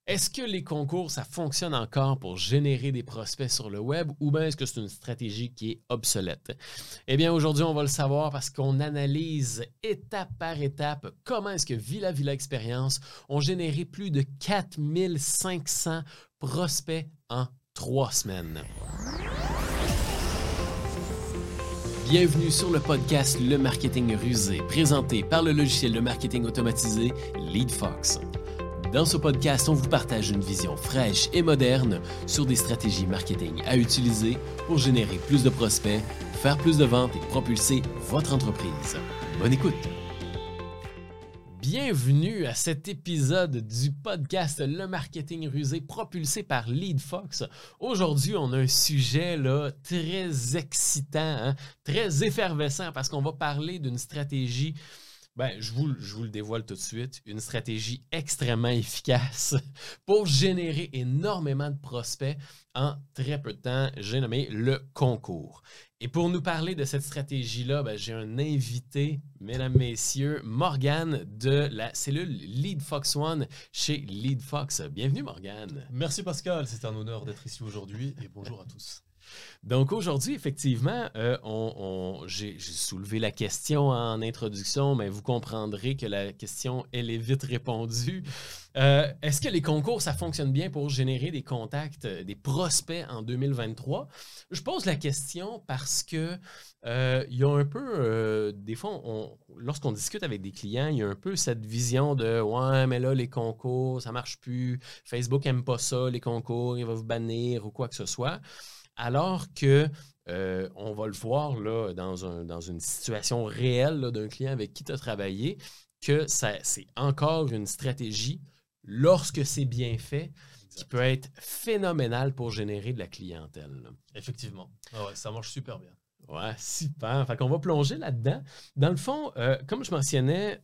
Est-ce que les concours, ça fonctionne encore pour générer des prospects sur le web ou bien est-ce que c'est une stratégie qui est obsolète? Eh bien, aujourd'hui, on va le savoir parce qu'on analyse étape par étape comment est-ce que Villa Expérience ont généré plus de 4500 prospects en 3 semaines. Bienvenue sur le podcast Le Marketing Rusé, présenté par le logiciel de marketing automatisé LeadFox. Dans ce podcast, on vous partage une vision fraîche et moderne sur des stratégies marketing à utiliser pour générer plus de prospects, faire plus de ventes et propulser votre entreprise. Bonne écoute! Bienvenue à cet épisode du podcast Le Marketing Rusé propulsé par LeadFox. Aujourd'hui, on a un sujet là, très excitant, très effervescent parce qu'on va parler d'une stratégie. Je vous le dévoile tout de suite, une stratégie extrêmement efficace pour générer énormément de prospects en très peu de temps. J'ai nommé le concours. Et pour nous parler de cette stratégie-là, j'ai un invité, mesdames, messieurs, Morgane de la cellule LeadFox One chez LeadFox. Bienvenue, Morgane. Merci Pascal, c'est un honneur d'être ici aujourd'hui et bonjour à tous. Donc aujourd'hui, effectivement, j'ai soulevé la question en introduction, mais vous comprendrez que la question, elle est vite répondue. Est-ce que les concours, ça fonctionne bien pour générer des contacts, des prospects en 2023? Je pose la question parce que il y a un peu, des fois, lorsqu'on discute avec des clients, il y a un peu cette vision de « Ouais, mais là, les concours, ça marche plus. Facebook n'aime pas ça, les concours, il va vous bannir ou quoi que ce soit. » Alors que, on va le voir là, dans une situation réelle là, d'un client avec qui tu as travaillé, que c'est encore une stratégie, lorsque c'est bien fait, qui peut être phénoménale pour générer de la clientèle. Là. Effectivement. Ah ouais, ça marche super bien. Ouais, super. Fait qu'on va plonger là-dedans. Dans le fond, comme je mentionnais,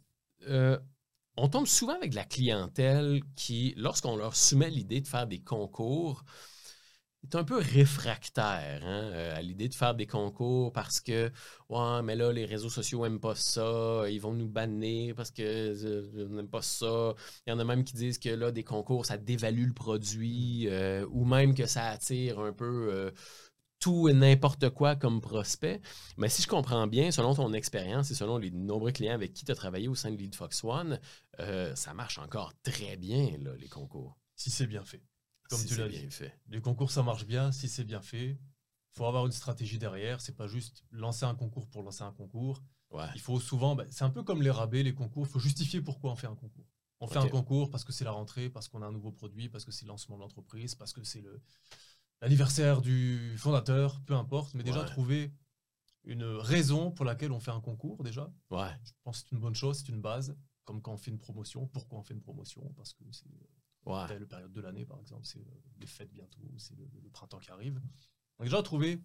on tombe souvent avec de la clientèle qui, lorsqu'on leur soumet l'idée de faire des concours, est un peu réfractaire à l'idée de faire des concours parce que « Ouais, mais là, les réseaux sociaux n'aiment pas ça, ils vont nous bannir parce qu'ils n'aiment pas ça. » Il y en a même qui disent que là, des concours, ça dévalue le produit ou même que ça attire un peu tout et n'importe quoi comme prospect. Mais si je comprends bien, selon ton expérience et selon les nombreux clients avec qui tu as travaillé au sein de LeadFox One, ça marche encore très bien, là, les concours. Si c'est bien fait. Comme si tu l'as dit. Les concours, ça marche bien si c'est bien fait. Il faut avoir une stratégie derrière. C'est pas juste lancer un concours pour lancer un concours. Ouais. Il faut souvent, c'est un peu comme les rabais, les concours. Il faut justifier pourquoi on fait un concours. On fait un concours parce que c'est la rentrée, parce qu'on a un nouveau produit, parce que c'est le lancement de l'entreprise, parce que c'est l'anniversaire du fondateur, peu importe. Mais déjà, trouver une raison pour laquelle on fait un concours, déjà. Ouais. Je pense que c'est une bonne chose, c'est une base. Comme quand on fait une promotion. Pourquoi on fait une promotion? Parce que c'est... telle période de l'année, par exemple, c'est les fêtes bientôt, c'est le printemps qui arrive. Donc déjà, trouver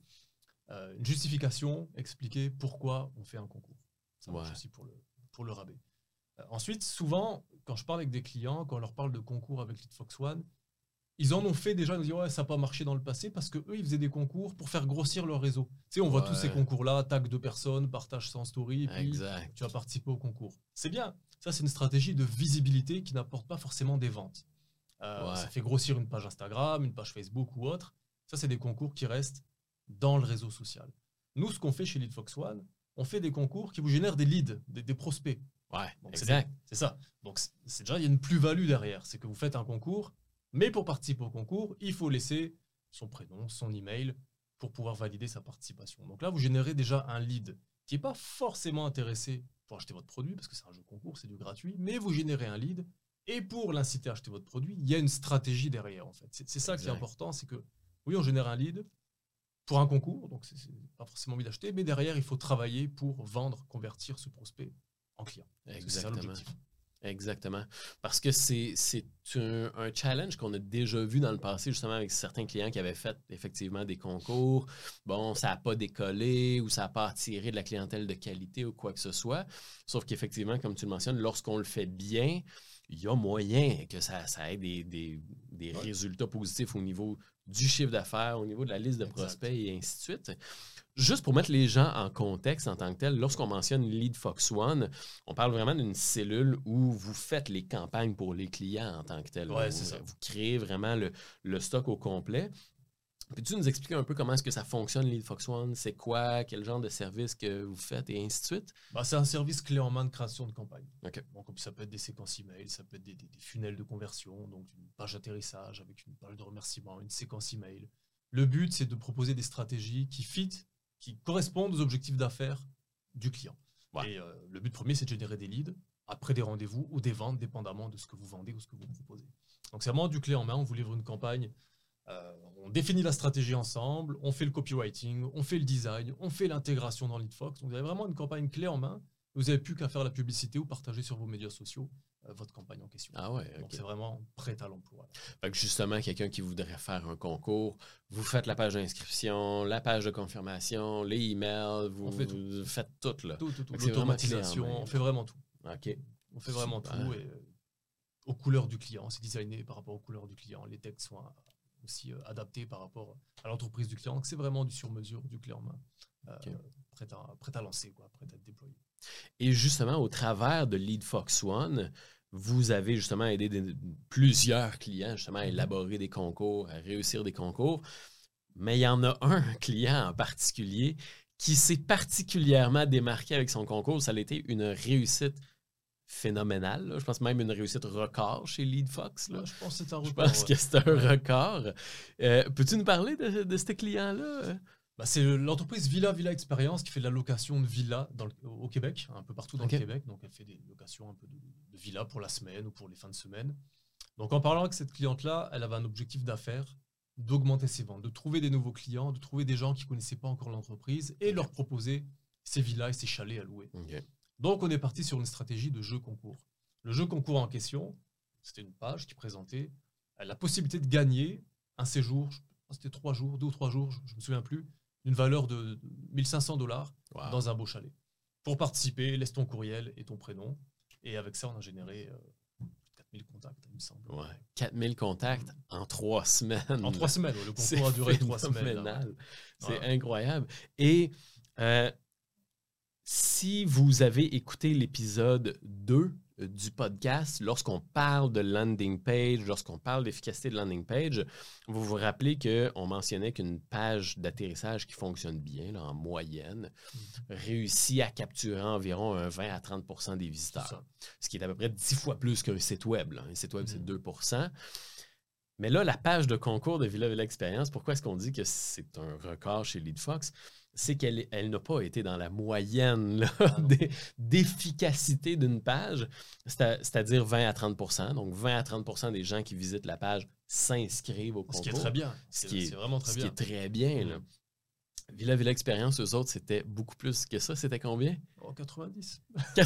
une justification, expliquer pourquoi on fait un concours. Ça marche aussi pour le rabais. Ensuite, souvent, quand je parle avec des clients, quand on leur parle de concours avec LeadFox One, ils en ont fait déjà, ils nous disent « Ouais, ça n'a pas marché dans le passé » parce qu'eux, ils faisaient des concours pour faire grossir leur réseau. Tu sais, on voit tous ces concours-là, tag 2 personnes, partage sans story, et puis tu vas participer au concours. C'est bien. Ça, c'est une stratégie de visibilité qui n'apporte pas forcément des ventes. Ça fait grossir une page Instagram, une page Facebook ou autre. Ça, c'est des concours qui restent dans le réseau social. Nous, ce qu'on fait chez LeadFox One, on fait des concours qui vous génèrent des leads, des prospects. Donc, c'est ça. Donc, c'est déjà, il y a une plus-value derrière. C'est que vous faites un concours, mais pour participer au concours, il faut laisser son prénom, son email pour pouvoir valider sa participation. Donc là, vous générez déjà un lead qui n'est pas forcément intéressé pour acheter votre produit, parce que c'est un jeu concours, c'est du gratuit, mais vous générez un lead. Et pour l'inciter à acheter votre produit, il y a une stratégie derrière, en fait. C'est ça qui est important, c'est que, oui, on génère un lead pour un concours, donc c'est pas forcément envie d'acheter, mais derrière, il faut travailler pour vendre, convertir ce prospect en client. Exactement. C'est ça l'objectif. Exactement. Parce que c'est un challenge qu'on a déjà vu dans le passé, justement, avec certains clients qui avaient fait effectivement des concours. Bon, ça n'a pas décollé ou ça n'a pas attiré de la clientèle de qualité ou quoi que ce soit. Sauf qu'effectivement, comme tu le mentionnes, lorsqu'on le fait bien, il y a moyen que ça ait des résultats positifs au niveau du chiffre d'affaires, au niveau de la liste de prospects et ainsi de suite. Juste pour mettre les gens en contexte en tant que tel, lorsqu'on mentionne LeadFox1, on parle vraiment d'une cellule où vous faites les campagnes pour les clients en tant que tel. Ouais, c'est ça. Vous créez vraiment le stock au complet. Peux-tu nous expliquer un peu comment est-ce que ça fonctionne, LeadFox1? C'est quoi? Quel genre de service que vous faites et ainsi de suite? C'est un service clé en main de création de campagne. Okay. Donc, ça peut être des séquences email, ça peut être des funnels de conversion, donc une page d'atterrissage avec une page de remerciement, une séquence email. Le but, c'est de proposer des stratégies qui correspondent aux objectifs d'affaires du client. Ouais. Et le but premier, c'est de générer des leads, après des rendez-vous ou des ventes, dépendamment de ce que vous vendez ou ce que vous proposez. Donc, c'est vraiment du clé en main. On vous livre une campagne. On définit la stratégie ensemble, on fait le copywriting, on fait le design, on fait l'intégration dans LeadFox. Donc, vous avez vraiment une campagne clé en main. Vous n'avez plus qu'à faire la publicité ou partager sur vos médias sociaux votre campagne en question. Ah ouais, okay. Donc, c'est vraiment prêt à l'emploi. Fait que justement, quelqu'un qui voudrait faire un concours, vous faites la page d'inscription, la page de confirmation, les emails, vous faites tout. Là. Tout. L'automatisation, on fait vraiment tout. OK. On fait vraiment tout. Et, aux couleurs du client, c'est designé par rapport aux couleurs du client. Les textes sont aussi adaptés par rapport à l'entreprise du client. Donc, c'est vraiment du sur-mesure, du clé en main, prêt à lancer, prêt à être déployé. Et justement, au travers de LeadFox1, vous avez justement aidé plusieurs clients justement à élaborer des concours, à réussir des concours. Mais il y en a un client en particulier qui s'est particulièrement démarqué avec son concours. Ça a été une réussite phénoménale. Là. Je pense même une réussite record chez LeadFox. Là. Je pense que c'est un record. Je pense que c'est un record. Peux-tu nous parler de ce client-là? C'est l'entreprise Villa Experience qui fait de la location de villas au Québec, un peu partout dans le Québec. Donc, elle fait des locations un peu de villas pour la semaine ou pour les fins de semaine. Donc, en parlant avec cette cliente-là, elle avait un objectif d'affaires d'augmenter ses ventes, de trouver des nouveaux clients, de trouver des gens qui ne connaissaient pas encore l'entreprise et leur proposer ces villas et ces chalets à louer. Donc, on est parti sur une stratégie de jeu concours. Le jeu concours en question, c'était une page qui présentait la possibilité de gagner un séjour, c'était 2 ou 3 jours, je ne me souviens plus, d'une valeur de $1 500 dans un beau chalet. Pour participer, laisse ton courriel et ton prénom. Et avec ça, on a généré 4000 contacts, il me semble. Ouais. 4000 contacts en 3 semaines. En 3 semaines, le concours a duré 3 semaines. Là, ouais. C'est incroyable. Et si vous avez écouté l'épisode 2 du podcast, lorsqu'on parle de landing page, lorsqu'on parle d'efficacité de landing page, vous vous rappelez qu'on mentionnait qu'une page d'atterrissage qui fonctionne bien, là, en moyenne, réussit à capturer environ un 20 à 30 % des visiteurs. Ce qui est à peu près 10 fois plus qu'un site web. Là. Un site web, c'est 2 %. Mais là, la page de concours de Villa Experience, pourquoi est-ce qu'on dit que c'est un record chez LeadFox? C'est qu'elle n'a pas été dans la moyenne là, d'efficacité d'une page, c'est-à-dire 20 à 30 %. Donc, 20 à 30 % des gens qui visitent la page s'inscrivent au concours. Ce qui est très bien. C'est vraiment très bien. Ce qui est très bien. Là. Villa Experience, eux autres, c'était beaucoup plus que ça. C'était combien? 90.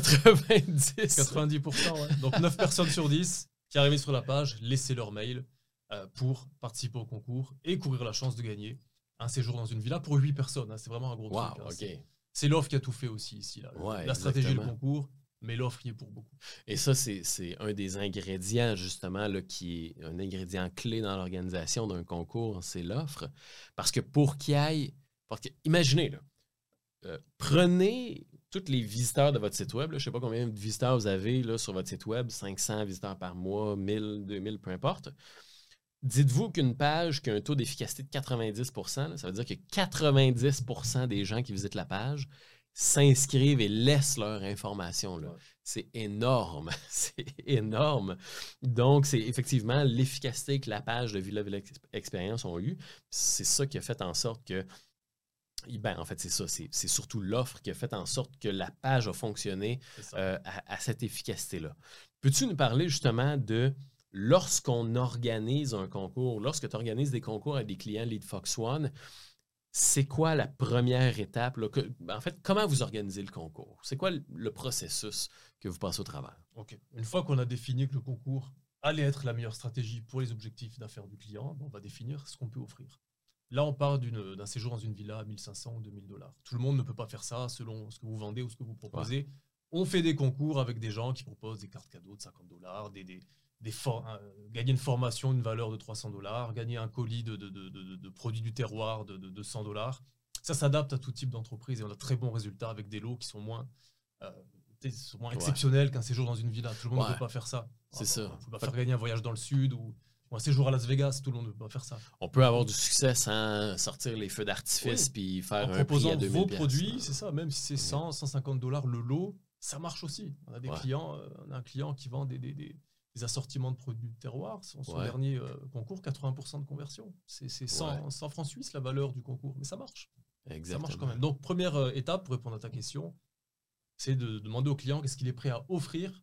90. 90 %, ouais. Donc, 9 personnes sur 10 qui arrivaient sur la page laissaient leur mail pour participer au concours et courir la chance de gagner un séjour dans une villa pour 8 personnes. Hein. C'est vraiment un gros truc. Hein. Okay. C'est l'offre qui a tout fait aussi ici. Là. Ouais, la stratégie du concours, mais l'offre qui est pour beaucoup. Et ça, c'est un des ingrédients, justement, là, qui est un ingrédient clé dans l'organisation d'un concours, c'est l'offre. Parce que pour qu'il y ait... Imaginez, là, prenez tous les visiteurs de votre site web. Là, je ne sais pas combien de visiteurs vous avez là, sur votre site web, 500 visiteurs par mois, 1000, 2000, peu importe. Dites-vous qu'une page qui a un taux d'efficacité de 90 %, là, ça veut dire que 90 % des gens qui visitent la page s'inscrivent et laissent leur information. Là. Ouais. C'est énorme. C'est énorme. Donc, c'est effectivement l'efficacité que la page de Villa Experience ont eue. C'est ça qui a fait en sorte que... en fait, c'est ça. C'est surtout l'offre qui a fait en sorte que la page a fonctionné à cette efficacité-là. Peux-tu nous parler justement de... Lorsqu'on organise un concours, lorsque tu organises des concours avec des clients LeadFox1, c'est quoi la première étape? Là, en fait, comment vous organisez le concours? C'est quoi le processus que vous passez au travers? OK. Une fois qu'on a défini que le concours allait être la meilleure stratégie pour les objectifs d'affaires du client, on va définir ce qu'on peut offrir. Là, on parle d'un séjour dans une villa à 1 500 ou 2 000 $. Tout le monde ne peut pas faire ça selon ce que vous vendez ou ce que vous proposez. Ouais. On fait des concours avec des gens qui proposent des cartes cadeaux de $50, gagner une formation, une valeur de $300, gagner un colis de produits du terroir de $100. Ça s'adapte à tout type d'entreprise et on a très bons résultats avec des lots qui sont moins exceptionnels qu'un séjour dans une villa. Tout le monde ne peut pas faire ça. C'est ça. On ne peut pas faire gagner un voyage dans le sud ou un séjour à Las Vegas. Tout le monde ne peut pas faire ça. On peut avoir du succès sans sortir les feux d'artifice puis faire un prix à 2000$. Vos produits, c'est ça. Même si c'est $100, $150 le lot, ça marche aussi. On a des clients, on a un client qui vend des assortiments de produits du terroir. Son dernier concours, 80% de conversion. C'est 100 francs suisses la valeur du concours. Mais ça marche. Exactement. Ça marche quand même. Donc, première étape pour répondre à ta question, c'est de demander au client qu'est-ce qu'il est prêt à offrir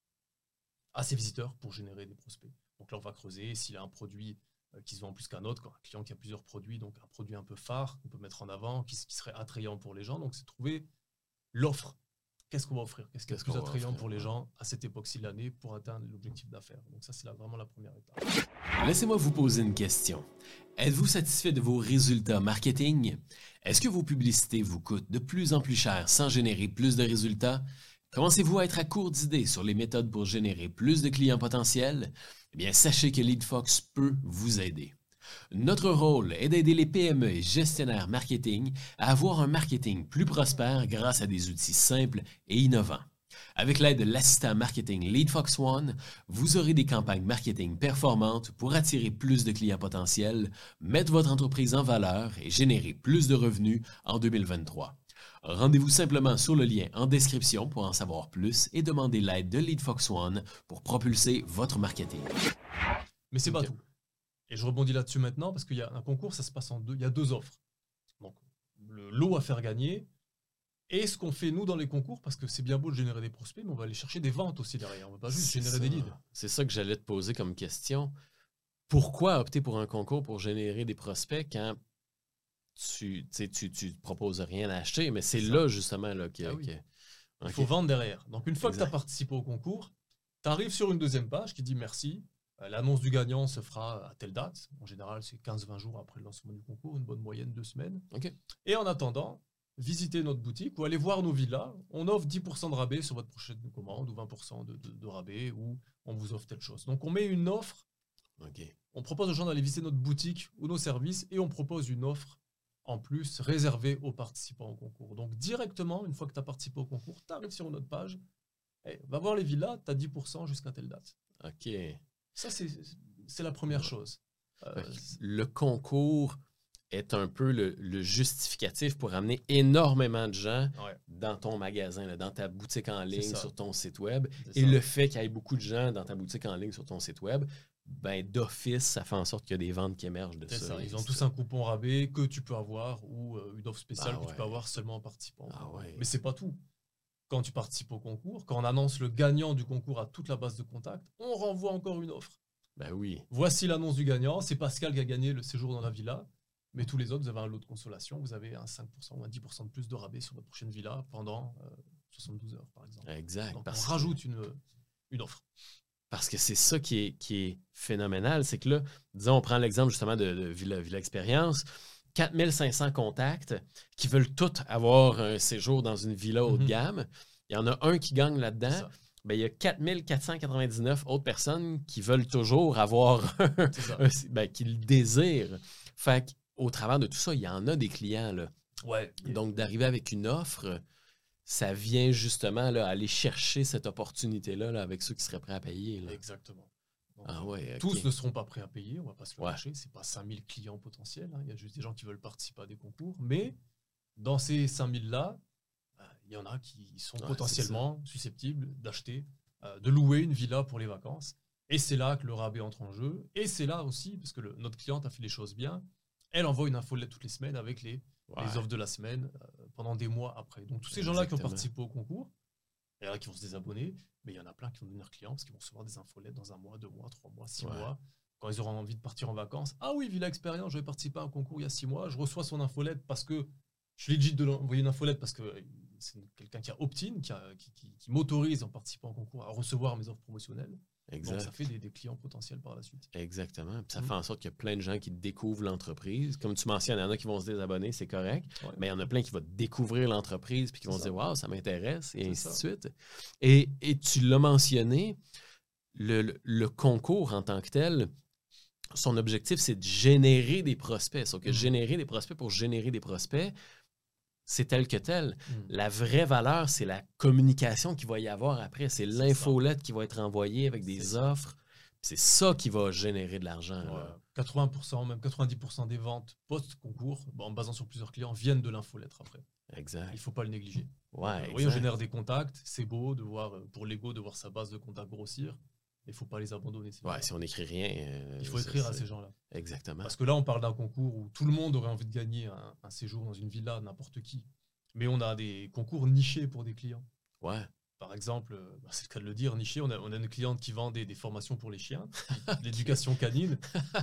à ses visiteurs pour générer des prospects. Donc là, on va creuser s'il a un produit qui se vend plus qu'un autre, un client qui a plusieurs produits, donc un produit un peu phare qu'on peut mettre en avant, qui serait attrayant pour les gens. Donc, c'est trouver l'offre. Qu'est-ce qu'on va offrir? Qu'est-ce qui est plus attrayant pour les gens à cette époque-ci de l'année pour atteindre l'objectif d'affaires? Donc ça, c'est vraiment la première étape. Laissez-moi vous poser une question. Êtes-vous satisfait de vos résultats marketing? Est-ce que vos publicités vous coûtent de plus en plus cher sans générer plus de résultats? Commencez-vous à être à court d'idées sur les méthodes pour générer plus de clients potentiels? Eh bien, sachez que LeadFox peut vous aider. Notre rôle est d'aider les PME et gestionnaires marketing à avoir un marketing plus prospère grâce à des outils simples et innovants. Avec l'aide de l'assistant marketing LeadFox One, vous aurez des campagnes marketing performantes pour attirer plus de clients potentiels, mettre votre entreprise en valeur et générer plus de revenus en 2023. Rendez-vous simplement sur le lien en description pour en savoir plus et demandez l'aide de LeadFox One pour propulser votre marketing. Mais c'est pas tout. Et je rebondis là-dessus maintenant parce qu'il y a un concours, ça se passe en deux. Il y a deux offres. Donc, le lot à faire gagner et ce qu'on fait nous dans les concours, parce que c'est bien beau de générer des prospects, mais on va aller chercher des ventes aussi derrière. On ne va pas juste générer des leads. C'est ça que j'allais te poser comme question. Pourquoi opter pour un concours pour générer des prospects quand tu ne proposes rien à acheter, mais c'est là justement là, il faut vendre derrière. Donc, une fois que tu as participé au concours, tu arrives sur une deuxième page qui dit merci. L'annonce du gagnant se fera à telle date. En général, c'est 15-20 jours après le lancement du concours, une bonne moyenne, 2 semaines. Et en attendant, visitez notre boutique ou allez voir nos villas. On offre 10% de rabais sur votre prochaine commande ou 20% de rabais ou on vous offre telle chose. Donc, on met une offre. On propose aux gens d'aller visiter notre boutique ou nos services et on propose une offre en plus réservée aux participants au concours. Donc, directement, une fois que tu as participé au concours, tu arrives sur notre page, va voir les villas, tu as 10% jusqu'à telle date. OK. Ça, c'est la première chose. Le concours est un peu le justificatif pour amener énormément de gens dans ton magasin, là, dans ta boutique en ligne, sur ton site web. Et le fait qu'il y ait beaucoup de gens dans ta boutique en ligne, sur ton site web, ben, d'office, ça fait en sorte qu'il y a des ventes qui émergent de ça. Ils ont tous un coupon rabais que tu peux avoir ou une offre spéciale que tu peux avoir seulement en participant. Mais c'est pas tout. Quand tu participes au concours, quand on annonce le gagnant du concours à toute la base de contact, on renvoie encore une offre. Ben oui. Voici l'annonce du gagnant. C'est Pascal qui a gagné le séjour dans la villa. Mais tous les autres, vous avez un lot de consolation. Vous avez un 5% ou un 10% de plus de rabais sur votre prochaine villa pendant 72 heures, par exemple. Exact. Donc, on rajoute une offre. Parce que c'est ça qui est phénoménal. C'est que là, disons, on prend l'exemple justement de Villa Expérience. 4500 contacts qui veulent tous avoir un séjour dans une villa haut de gamme. Il y en a un qui gagne là-dedans. Ben, il y a 4499 autres personnes qui veulent toujours avoir qui le désirent. Fait qu'au travers de tout ça, il y en a des clients. Là. Donc, d'arriver avec une offre, ça vient justement là, aller chercher cette opportunité-là là, avec ceux qui seraient prêts à payer. Là. Exactement. Donc, tous ne seront pas prêts à payer, on ne va pas se le cacher. Ce n'est pas 5000 clients potentiels. Il y a juste des gens qui veulent participer à des concours. Mais dans ces 5000-là, il y en a qui sont potentiellement susceptibles d'acheter, de louer une villa pour les vacances. Et c'est là que le rabais entre en jeu. Et c'est là aussi, parce que notre cliente a fait les choses bien, elle envoie une infolette toutes les semaines avec les offres de la semaine pendant des mois après. Donc tous ces gens-là qui ont participé au concours, il y en a qui vont se désabonner, mais il y en a plein qui vont devenir clients parce qu'ils vont recevoir des infolettes dans 1 mois, 2 mois, 3 mois, 6 mois. Quand ils auront envie de partir en vacances. Ah oui, Villa Expérience, j'avais participé à un concours il y a 6 mois. Je reçois son infolette parce que je suis legit de l'envoyer une infolette parce que c'est quelqu'un qui a opt-in, qui m'autorise en participant au concours à recevoir mes offres promotionnelles. Exact. Donc, ça fait des clients potentiels par la suite. Exactement. Puis ça fait en sorte qu'il y a plein de gens qui découvrent l'entreprise. Comme tu mentionnes, il y en a qui vont se désabonner, c'est correct. Ouais. Mais il y en a plein qui vont découvrir l'entreprise puis qui vont se dire « Wow, ça m'intéresse » et ainsi de suite. Et tu l'as mentionné, le concours en tant que tel, son objectif, c'est de générer des prospects. Sauf que générer des prospects pour générer des prospects, c'est tel que tel. La vraie valeur, c'est la communication qu'il va y avoir après. C'est l'infolette qui va être envoyée avec des offres. C'est ça qui va générer de l'argent. Ouais. 80%, même 90% des ventes post-concours, en basant sur plusieurs clients, viennent de l'infolettre après. Exact. Il ne faut pas le négliger. Ouais, oui, on génère des contacts. C'est beau de voir, pour l'ego, de voir sa base de contacts grossir. Il ne faut pas les abandonner. Ouais, si on n'écrit rien... il faut écrire à ces gens-là. Exactement. Parce que là, on parle d'un concours où tout le monde aurait envie de gagner un séjour dans une villa, n'importe qui. Mais on a des concours nichés pour des clients. Ouais. Par exemple, c'est le cas de le dire, niché, on a une cliente qui vend des formations pour les chiens, l'éducation canine.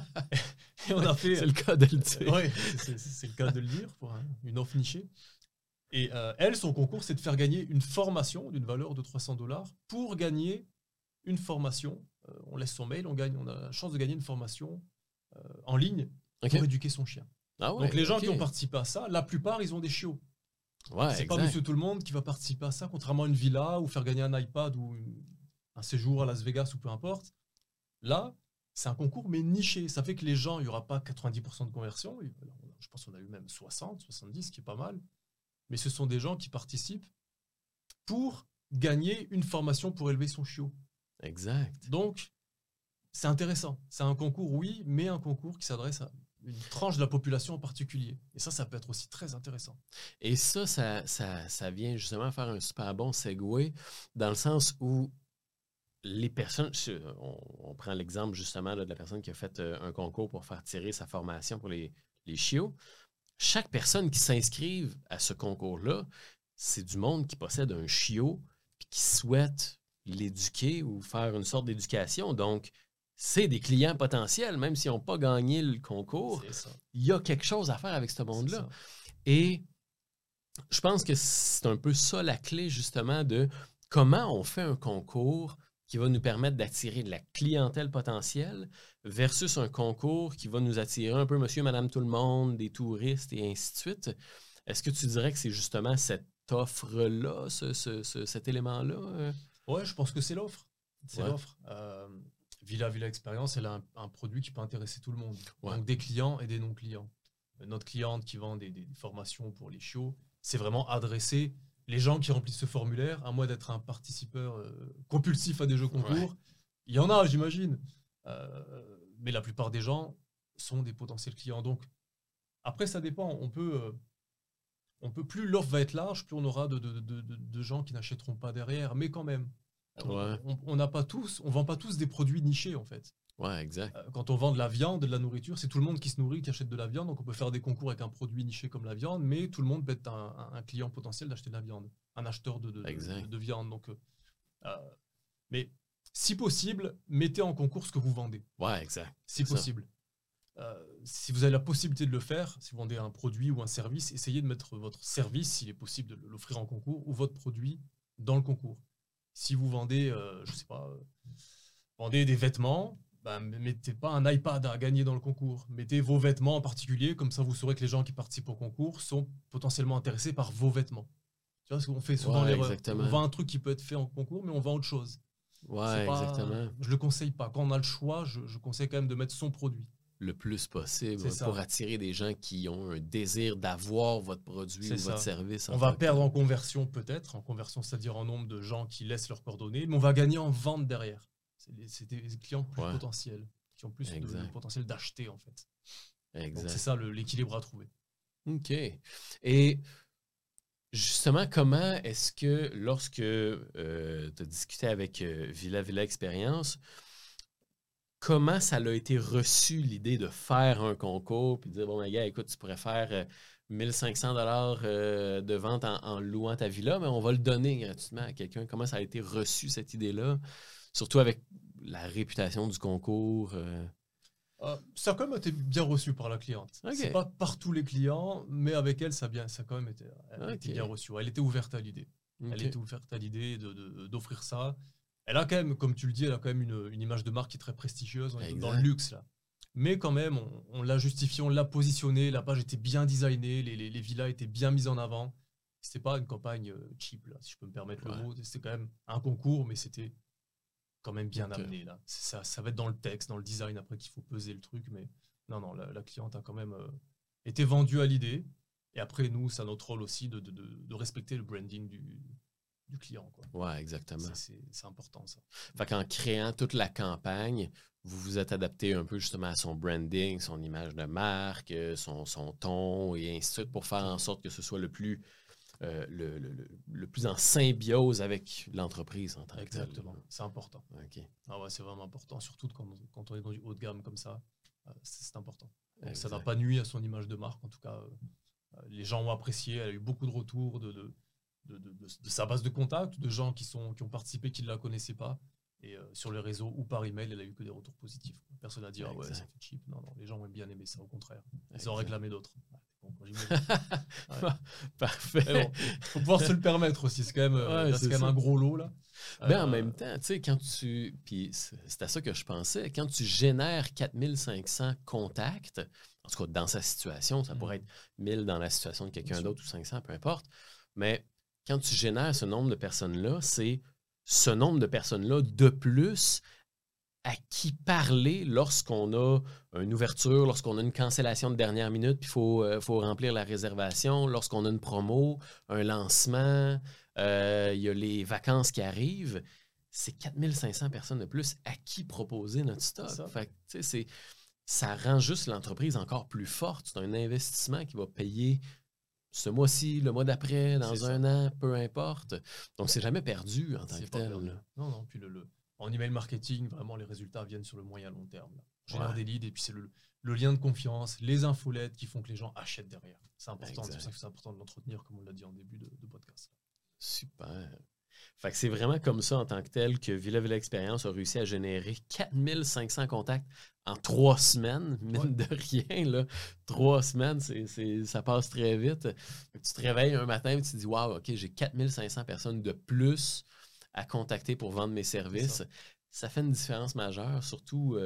Et on a fait... C'est le cas de le dire. Oui, c'est le cas de le dire pour une offre nichée. Et elle, son concours, c'est de faire gagner une formation d'une valeur de $300 pour gagner une formation. On laisse son mail, on a la chance de gagner une formation en ligne pour éduquer son chien. Ah ouais, donc les gens qui ont participé à ça, la plupart, ils ont des chiots. Ouais, c'est pas monsieur tout le monde qui va participer à ça, contrairement à une villa ou faire gagner un iPad ou un séjour à Las Vegas ou peu importe. Là, c'est un concours mais niché. Ça fait que les gens, il n'y aura pas 90% de conversion. Je pense qu'on a eu même 60, 70, ce qui est pas mal. Mais ce sont des gens qui participent pour gagner une formation pour élever son chiot. Exact. Donc, c'est intéressant. C'est un concours, oui, mais un concours qui s'adresse à une tranche de la population en particulier. Et ça peut être aussi très intéressant. Et ça vient justement faire un super bon segue dans le sens où les personnes, on prend l'exemple justement là, de la personne qui a fait un concours pour faire tirer sa formation pour les chiots. Chaque personne qui s'inscrive à ce concours-là, c'est du monde qui possède un chiot et qui souhaite l'éduquer ou faire une sorte d'éducation. Donc, c'est des clients potentiels, même s'ils n'ont pas gagné le concours. Il y a quelque chose à faire avec ce monde-là. Et je pense que c'est un peu ça la clé, justement, de comment on fait un concours qui va nous permettre d'attirer de la clientèle potentielle versus un concours qui va nous attirer un peu monsieur, madame, tout le monde, des touristes et ainsi de suite. Est-ce que tu dirais que c'est justement cette offre-là, cet élément-là? Oui, je pense que c'est l'offre. C'est l'offre. Villa Experience, elle a un produit qui peut intéresser tout le monde. Ouais. Donc des clients et des non-clients. Notre cliente qui vend des formations pour les chiots, c'est vraiment adressé. Les gens qui remplissent ce formulaire, à moins d'être un participeur compulsif à des jeux concours, il y en a, j'imagine. Mais la plupart des gens sont des potentiels clients. Donc, après, ça dépend. On peut plus l'offre va être large, plus on aura de gens qui n'achèteront pas derrière. Mais quand même, on vend pas tous des produits nichés, en fait. Ouais, exact. Quand on vend de la viande, de la nourriture, c'est tout le monde qui se nourrit, qui achète de la viande. Donc, on peut faire des concours avec un produit niché comme la viande, mais tout le monde peut être un client potentiel d'acheter de la viande, un acheteur de viande. Donc, mais si possible, mettez en concours ce que vous vendez. Ouais, exact. Si possible. Si vous avez la possibilité de le faire, si vous vendez un produit ou un service, essayez de mettre votre service, s'il est possible de l'offrir en concours, ou votre produit dans le concours. Si vous vendez, vendez des vêtements, mettez pas un iPad à gagner dans le concours. Mettez vos vêtements en particulier, comme ça vous saurez que les gens qui participent au concours sont potentiellement intéressés par vos vêtements. Tu vois, ce qu'on fait souvent l'erreur. On vend un truc qui peut être fait en concours, mais on vend autre chose. Ouais, exactement. Je le conseille pas. Quand on a le choix, je conseille quand même de mettre son produit. Le plus possible pour attirer des gens qui ont un désir d'avoir votre produit ou votre service. On va perdre en conversion peut-être, c'est-à-dire en nombre de gens qui laissent leurs coordonnées, mais on va gagner en vente derrière. C'est des clients plus potentiels, qui ont plus de potentiel d'acheter en fait. Exact. Donc c'est ça l'équilibre à trouver. OK. Et justement, comment est-ce que lorsque tu as discuté avec Villa Experience, comment ça a été reçu l'idée de faire un concours puis de dire, bon, les gars, écoute, tu pourrais faire 1500 $ de vente en louant ta villa, mais on va le donner gratuitement à quelqu'un. Comment ça a été reçu, cette idée-là? Surtout avec la réputation du concours. Ça a quand même été bien reçu par la cliente. Okay. C'est pas par tous les clients, mais avec elle, ça a quand même été bien reçu. Elle était ouverte à l'idée. Elle était ouverte à l'idée d'offrir ça. Elle a quand même, comme tu le dis, elle a quand même une image de marque qui est très prestigieuse, on est dans le luxe là. Mais quand même, on l'a justifié, on l'a positionné, la page était bien designée, les villas étaient bien mises en avant. C'était pas une campagne cheap, là, si je peux me permettre le mot. C'était quand même un concours, mais c'était quand même bien amené. Là. Ça va être dans le texte, dans le design, après qu'il faut peser le truc. Mais non, la cliente a quand même été vendue à l'idée. Et après, nous, c'est notre rôle aussi de respecter le branding du client. Quoi. Ouais, exactement. C'est important, ça. Fait qu'en créant toute la campagne, vous vous êtes adapté un peu justement à son branding, son image de marque, son ton et ainsi de suite pour faire en sorte que ce soit le plus en symbiose avec l'entreprise en tant que telle. Exactement, c'est important. Okay. Ah ouais, c'est vraiment important, surtout quand on est dans du haut de gamme comme ça, c'est important. Donc, ça n'a pas nuit à son image de marque, en tout cas. Les gens ont apprécié, elle a eu beaucoup de retours de sa base de contact, de gens qui ont participé, qui ne la connaissaient pas. Et sur les réseaux ou par email, elle a eu que des retours positifs. Personne n'a dit « Ah ouais, ça fait cheap ». Non, les gens ont bien aimé ça, au contraire. Ils ont réclamé d'autres. Parfait. Bon, faut pouvoir se le permettre aussi. C'est quand même, c'est quand même un gros lot, là. Ben, en même temps, tu sais, quand tu... Puis c'est à ça que je pensais. Quand tu génères 4500 contacts, en tout cas, dans sa situation, ça pourrait être 1000 dans la situation de quelqu'un d'autre ou 500, peu importe. Mais quand tu génères ce nombre de personnes-là, c'est ce nombre de personnes-là de plus à qui parler lorsqu'on a une ouverture, lorsqu'on a une cancellation de dernière minute, puis il faut remplir la réservation, lorsqu'on a une promo, un lancement, il y a les vacances qui arrivent. C'est 4500 personnes de plus à qui proposer notre stock. Fait que, ça rend juste l'entreprise encore plus forte. C'est un investissement qui va payer ce mois-ci, le mois d'après, dans un an, peu importe. Donc, c'est jamais perdu en tant que tel. Non, puis en email marketing, vraiment, les résultats viennent sur le moyen long terme. Là. On génère des leads et puis c'est le lien de confiance, les infolettes qui font que les gens achètent derrière. C'est important, c'est pour ça que c'est important de l'entretenir, comme on l'a dit en début de podcast. Super. Fait que c'est vraiment comme ça en tant que tel que Villa Expérience a réussi à générer 4500 contacts en 3 semaines, mine de rien. Là. 3 semaines, ça passe très vite. Tu te réveilles un matin et tu te dis « Wow, OK, j'ai 4500 personnes de plus à contacter pour vendre mes services. » Ça fait une différence majeure, surtout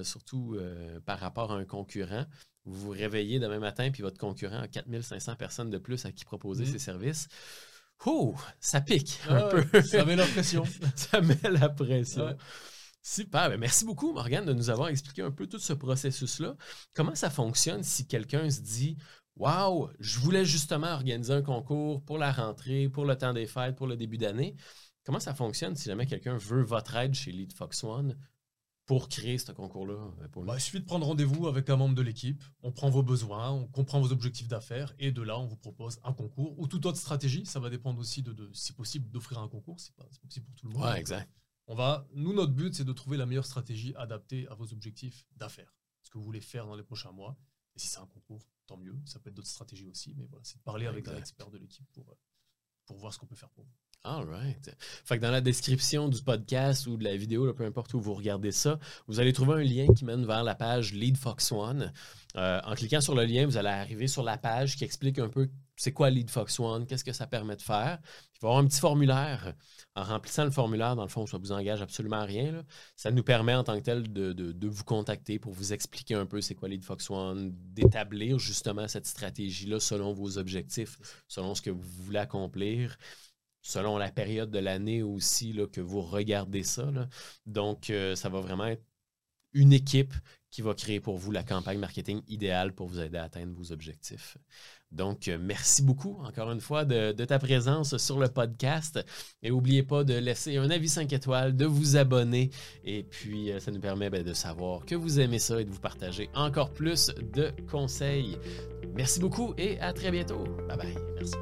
par rapport à un concurrent. Vous vous réveillez demain matin puis votre concurrent a 4500 personnes de plus à qui proposer ses services. Oh, ça pique un peu. Ça met la pression. Ça met la pression. Ouais. Super. Merci beaucoup, Morgane, de nous avoir expliqué un peu tout ce processus-là. Comment ça fonctionne si quelqu'un se dit « Wow, je voulais justement organiser un concours pour la rentrée, pour le temps des fêtes, pour le début d'année. » Comment ça fonctionne si jamais quelqu'un veut votre aide chez Lead Fox One pour créer ce concours-là? Il suffit de prendre rendez-vous avec un membre de l'équipe. On prend vos besoins, on comprend vos objectifs d'affaires et de là, on vous propose un concours ou toute autre stratégie. Ça va dépendre aussi si possible, d'offrir un concours. C'est pas possible pour tout le monde. Ouais, exact. Nous, notre but, c'est de trouver la meilleure stratégie adaptée à vos objectifs d'affaires. Ce que vous voulez faire dans les prochains mois. Et si c'est un concours, tant mieux. Ça peut être d'autres stratégies aussi. Mais voilà, c'est de parler avec un expert de l'équipe pour voir ce qu'on peut faire pour vous. All right. Fait que dans la description du podcast ou de la vidéo, là, peu importe où vous regardez ça, vous allez trouver un lien qui mène vers la page Lead Fox One. En cliquant sur le lien, vous allez arriver sur la page qui explique un peu c'est quoi Lead Fox One, qu'est-ce que ça permet de faire. Il va y avoir un petit formulaire. En remplissant le formulaire, dans le fond, ça ne vous engage absolument à rien. Là. Ça nous permet en tant que tel de vous contacter pour vous expliquer un peu c'est quoi Lead Fox One, d'établir justement cette stratégie-là selon vos objectifs, selon ce que vous voulez accomplir. Selon la période de l'année aussi là, que vous regardez ça. Là. Donc, ça va vraiment être une équipe qui va créer pour vous la campagne marketing idéale pour vous aider à atteindre vos objectifs. Donc, merci beaucoup, encore une fois, de ta présence sur le podcast. Et n'oubliez pas de laisser un avis 5 étoiles, de vous abonner. Et puis, ça nous permet de savoir que vous aimez ça et de vous partager encore plus de conseils. Merci beaucoup et à très bientôt. Bye bye. Merci.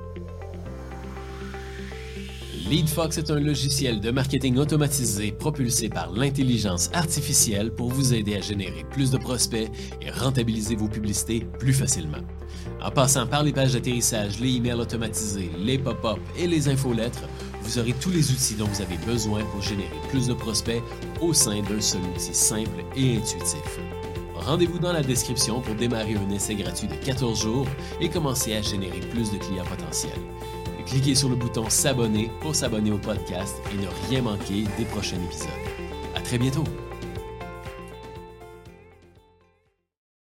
LeadFox est un logiciel de marketing automatisé propulsé par l'intelligence artificielle pour vous aider à générer plus de prospects et rentabiliser vos publicités plus facilement. En passant par les pages d'atterrissage, les emails automatisés, les pop-up et les infolettres, vous aurez tous les outils dont vous avez besoin pour générer plus de prospects au sein d'un seul outil simple et intuitif. Rendez-vous dans la description pour démarrer un essai gratuit de 14 jours et commencer à générer plus de clients potentiels. Cliquez sur le bouton s'abonner pour s'abonner au podcast et ne rien manquer des prochains épisodes. À très bientôt!